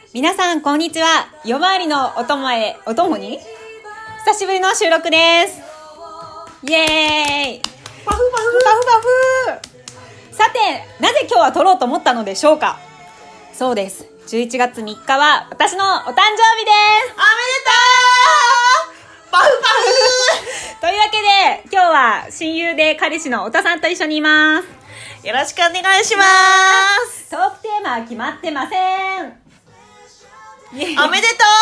皆さんこんにちは。夜回りのお供に久しぶりの収録です。イエーイ。 パフパフパフ。さて、なぜ今日は撮ろうと思ったのでしょうか。そうです、11月3日は私のお誕生日です。 おめでとうパフというわけで今日は親友で彼氏の太田さんと一緒にいます。 パフよろしくお願いします。 トークテーマは決まってません。 おめでと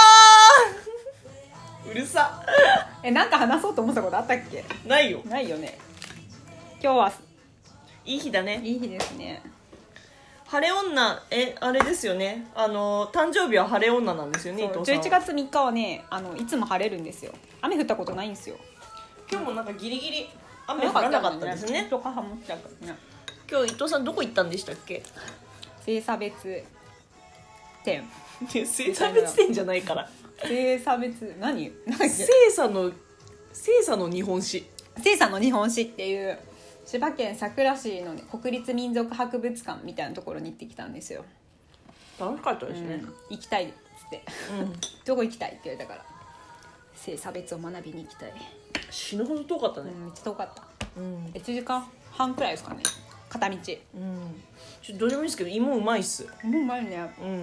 ううるさなんか話そうと思ったことあったっけ。 ないよ。 ないよね。今日はいい日だね。 いい日ですね。 晴れ女、あれですよね、誕生日は晴れ女なんですよね。伊藤さん 11月3日はね、いつも晴れるんですよ。雨降ったことないんですよ。 今日もなんかギリギリ雨降らなかったですね。 とかはもっちゃうからね。 今日伊藤さんどこ行ったんでしたっけ。 性差別店。 性差別店じゃないから性差別何性差の日本史。 性差の日本史っていう千葉県佐倉市の、ね、国立民族博物館みたいなところに行ってきたんですよ。 楽しかったですね、 行きたいっつって、どこ行きたいって言われたから性差別を学びに行きたい。 死ぬほど遠かったね。 めっちゃ遠かった、 1 1時間半くらいですかね、片道。 ちょっとどうでもいいですけど芋うまいっす。 もううまいね。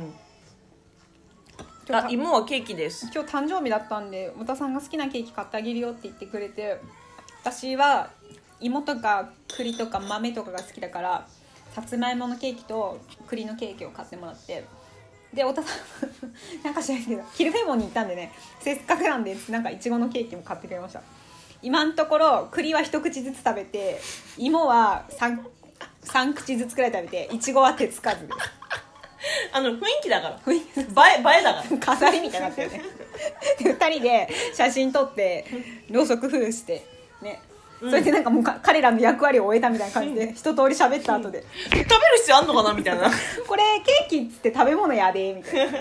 芋はケーキです。 今日誕生日だったんで太田さんが好きなケーキ買ってあげるよって言ってくれて、私は芋とか栗とか豆とかが好きだからさつまいものケーキと栗のケーキを買ってもらって、で太田さんなんか知らないけどキルフェモンに行ったんでね、せっかくなんでなんかいちごのケーキも買ってくれました。今のところ栗は一口ずつ食べて、芋は 3口ずつくらい食べて、いちごは手つかずです。 雰囲気だから映えだから飾りみたいになってるね。で2人で写真撮ってろうそく風してね、それでなんかもう彼らの役割を終えたみたいな感じで一通り喋った後で、 食べる必要あんのかなみたいなこれケーキっつって食べ物やでみたいな。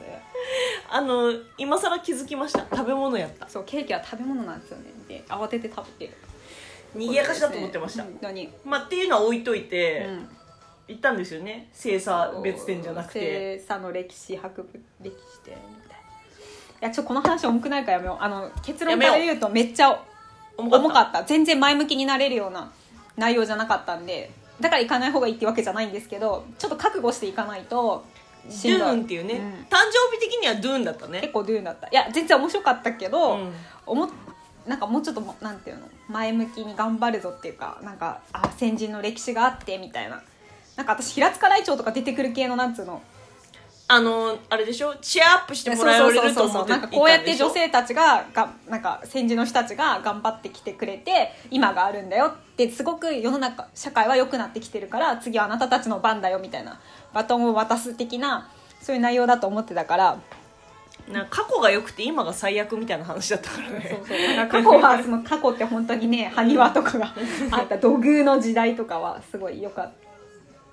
今更気づきました。食べ物やった。 そう、ケーキは食べ物なんですよね。で慌てて食べてる。 賑やかしだと思ってました。 本当に。 っていうのは置いといて、行ったんですよね。性差別店じゃなくて性差の歴史博物歴史店みたいな。いやこの話重くないからやめよう。結論から言うとめっちゃ重かった。全然前向きになれるような内容じゃなかったんで、だから行かない方がいいってわけじゃないんですけど、ちょっと覚悟していかないとしんどい。 ドゥーンっていうね、誕生日的にはドゥーンだったね。 結構ドゥーンだった。いや全然面白かったけど、なんかもうちょっとなんていうの、前向きに頑張るぞっていうか、なんか先人の歴史があってみたいな、なんか私平塚らいちょうとか出てくる系のなんつうの、 あれでしょ、チアアップしてもらえると思って、 なんかこうやって女性たちがなんか先人の人たちが頑張ってきてくれて今があるんだよって、すごく世の中社会は良くなってきてるから次はあなたたちの番だよみたいなバトンを渡す的な、そういう内容だと思ってたから、 なんか過去が良くて今が最悪みたいな話だったからね。 なんか過去って本当にね、埴輪とかがあった土偶の時代とかはすごい良かった、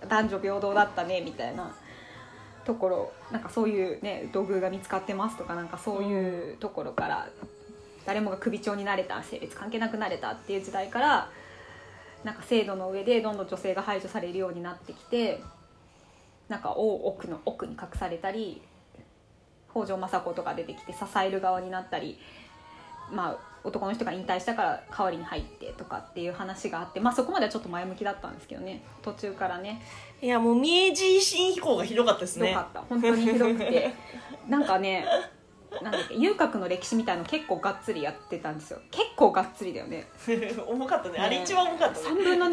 男女平等だったねみたいなところ、なんかそういうね、土偶が見つかってますとか、なんかそういうところから、誰もが首長になれた、性別関係なくなれたっていう時代から、なんか制度の上でどんどん女性が排除されるようになってきて、なんか奥の奥に隠されたり、北条政子とか出てきて支える側になったり、男の人が引退したから代わりに入ってとかっていう話があって、そこまではちょっと前向きだったんですけどね、途中からね。 いやもう明治維新飛行がひどかったですね。 ひどかった、本当にひどくてなんかね、なんだっけ、遊郭の歴史みたいの結構がっつりやってたんですよ。結構がっつりだよね重かったね、あれ一番重かったね。 3分の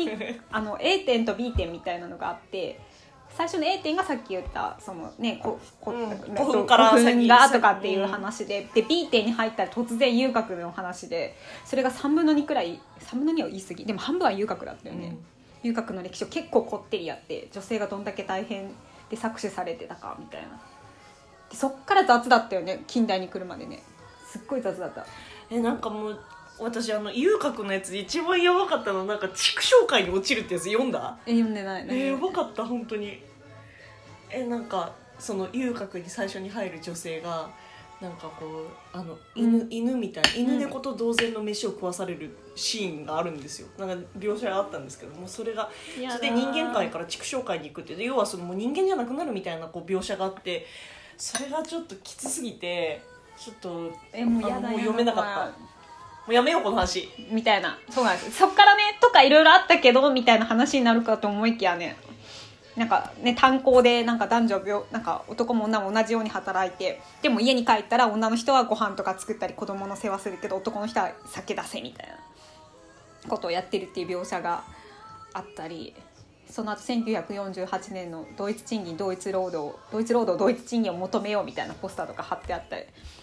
2A 点と B 点みたいなのがあって、最初の A 点がさっき言ったそのね、古墳がとかっていう話で、B 点に入ったら突然遊郭の話で、それが3分の2くらい、3分の2は言い過ぎ、でも半分は遊郭だったよね、遊郭の歴史を結構こってりやって、女性がどんだけ大変で搾取されてたかみたいな。でそっから雑だったよね、近代に来るまでね、すっごい雑だった。 なんかもう私遊郭のやつで一番やばかったの、なんか畜生界に落ちるってやつ読んだ？ 読んでない。 やばかった本当に。なんかその遊郭に最初に入る女性がなんかこう犬みたいな、犬猫と同然の飯を食わされるシーンがあるんですよ。なんか描写があったんですけども、それで人間界から畜生界に行くって、要はそのもう人間じゃなくなるみたいなこう描写があって、 それがちょっときつすぎてちょっともうやだもう読めなかった。もうやめようこの話みたいな。そうなんです。そっからねとかいろいろあったけどみたいな話になるかと思いきやね、なんかね炭鉱でなんか男女なんか男も女も同じように働いて、でも家に帰ったら女の人はご飯とか作ったり子供の世話するけど男の人は酒出せみたいなことをやってるっていう描写があったり、その後1948年の同一賃金同一労働同一賃金を求めようみたいなポスターとか貼ってあったり、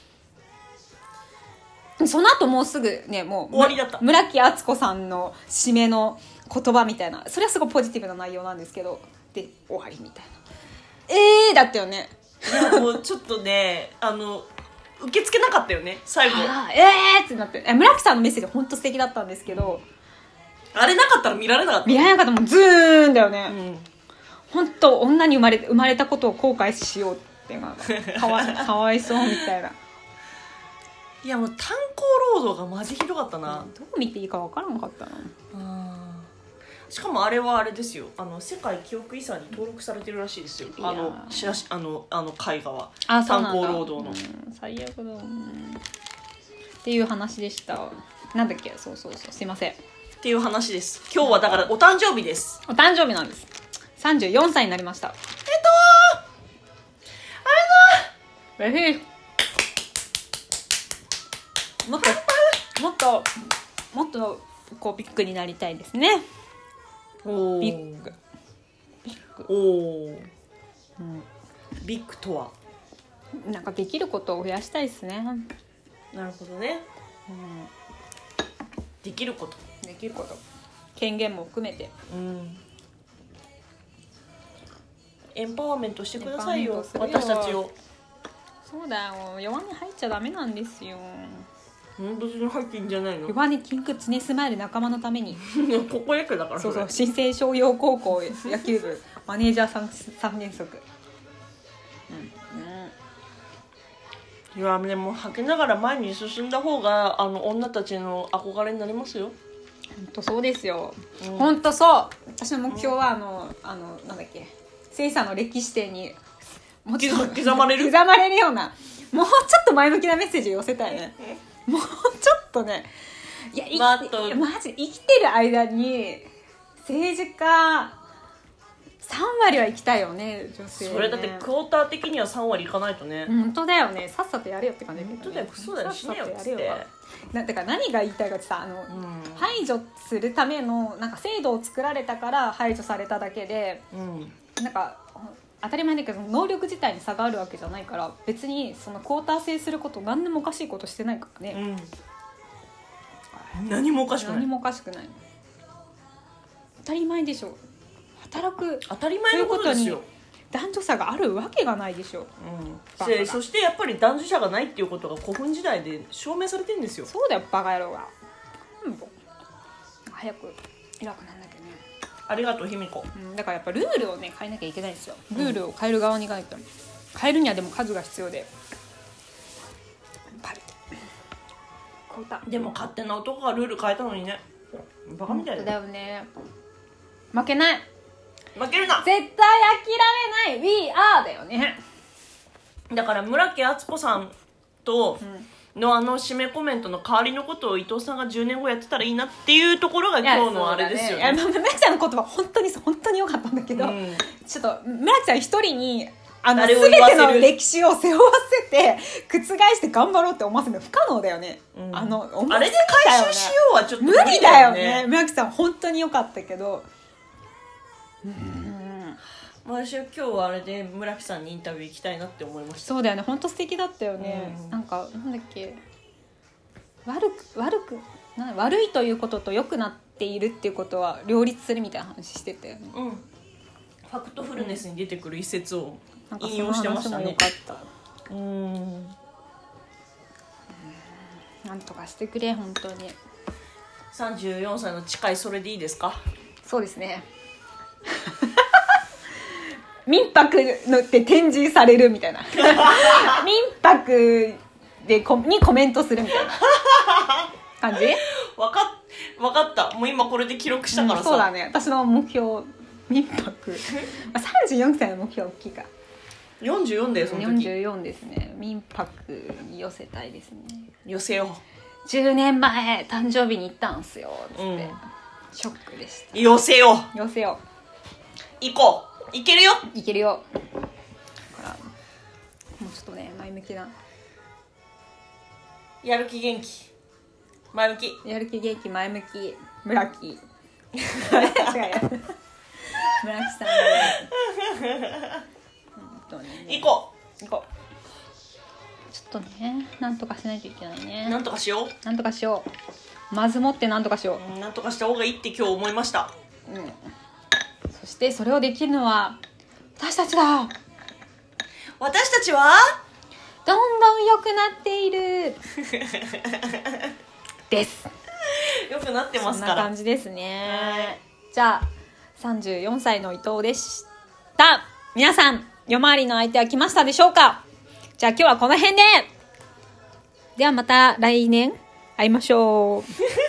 その後もうすぐねもう終わりだった。 村木厚子さんの締めの言葉みたいな、それはすごいポジティブな内容なんですけど、で終わりみたいな。だったよね。 いやもうちょっとね受け付けなかったよね最後。 ってなって、村木さんのメッセージ本当素敵だったんですけど、 あれなかったら見られなかった。 見られなかった。もうズーンだよね。 うん本当女に生まれたことを後悔しようっていうのがかわいそうみたいな。 いやもう炭鉱労働がマジひどかったな。 どう見ていいか分からなかったな。 しかもあれはあれですよ、世界記憶遺産に登録されてるらしいですよ。絵画は炭鉱労働の、 最悪だ、っていう話でした。なんだっけ、そうすいませんっていう話です。今日はだからお誕生日です。 お誕生日なんです。34歳になりました。もっとこうビッグになりたいですね。ビッグ、 ビッグとはなんかできることを増やしたいですね。 なるほどね、できること権限も含めて、 エンパワーメントしてくださいよ、私たちを。 そうだよ、弱音入っちゃダメなんですよ。 別に入っていいんじゃないの。 弱音キンク常スマイル仲間のためにここ野球だから。 そう新生商業高校野球部マネージャー3原則。 いやでも吐きながら前に進んだ方が女たちの憧れになりますよ。 本当そうですよ、本当そう。私の目標はなんだっけ、聖査の歴史展にもうちょっと刻まれるような、もうちょっと前向きなメッセージを寄せたいね。もうちょっとね、いやマジ生きてる間に政治家3割は行きたいよね、女性ね。 それだってクォーター的には3割いかないとね。 本当だよね、さっさとやれよって感じだけど、ね、 本当だよ、クソだよ、死ねよっつって。 だから何が言いたいかってさ、排除するためのなんか制度を作られたから排除されただけで、なんか当たり前だけど能力自体に差があるわけじゃないから、別にそのクォーター制すること何でもおかしいことしてないからね、 何もおかしくない。 何もおかしくない。当たり前でしょ。働く当たり前のことですよ。 男女差があるわけがないでしょ、 そしてやっぱり男女差がないっていうことが古墳時代で証明されてるんですよ。 そうだよバカ野郎が、早く偉くなんなきゃね。 ありがとう卑弥呼、 だからやっぱルールをね変えなきゃいけないですよ。ルールを変える側にいかないと、変えるにはでも数が必要で、 でも勝手な男がルール変えたのにね、バカみたいだよね。負けない、 負けるな、 絶対諦めない We are だよね。 だから村木厚子さんとの締めコメントの代わりのことを伊藤さんが10年後やってたらいいなっていうところが今日のあれですよね。 村木さんの言葉本当に良かったんだけど、ちょっと村木さん一人に全ての歴史を背負わせて覆して頑張ろうって思わせるの不可能だよね、 あれで回収しようはちょっと無理だよね。村木さん本当に良かったけど、 私は今日はあれで村木さんにインタビュー行きたいなって思いました。 そうだよね、本当素敵だったよね、なんだっけ、悪いということと良くなっているっていうことは両立するみたいな話してたよね。 ファクトフルネスに出てくる一節を引用してましたね。 よかった。なんとかしてくれ本当に。 34歳の近いそれでいいですか？ そうですね。民泊のって展示されるみたいな。民泊でにコメントするみたいな感じ？ わかった。もう今これで記録したからさ。 そうだね。私の目標民泊。34歳の目標は大きいか。 44だよその時。 44ですね。民泊に寄せたいですね。 寄せよ 10年前誕生日に行ったんすよつって、 うんショックでしう。寄せよた。寄せよう。行こう。行けるよ。 いけるよ。だからもうちょっとね前向きな、 やる気元気。前向き。 やる気元気前向き村木違うよ村木さんで本当にね行こ行こう。ちょっとねなんとかしないといけないうね。 なんとかしよなんとかしよう。まずもってなんとかしよう。なんとかした方がいいって今日思いました。 う。そしてそれをできるのは私たちだ。 私たちはどんどん良くなっているです良くなってますそんなから。 感じですね。じゃあ34歳の伊藤でした。皆さん夜回りの相手は来ましたでしょうか。じゃあ今日はこの辺で。ではまた来年会いましょう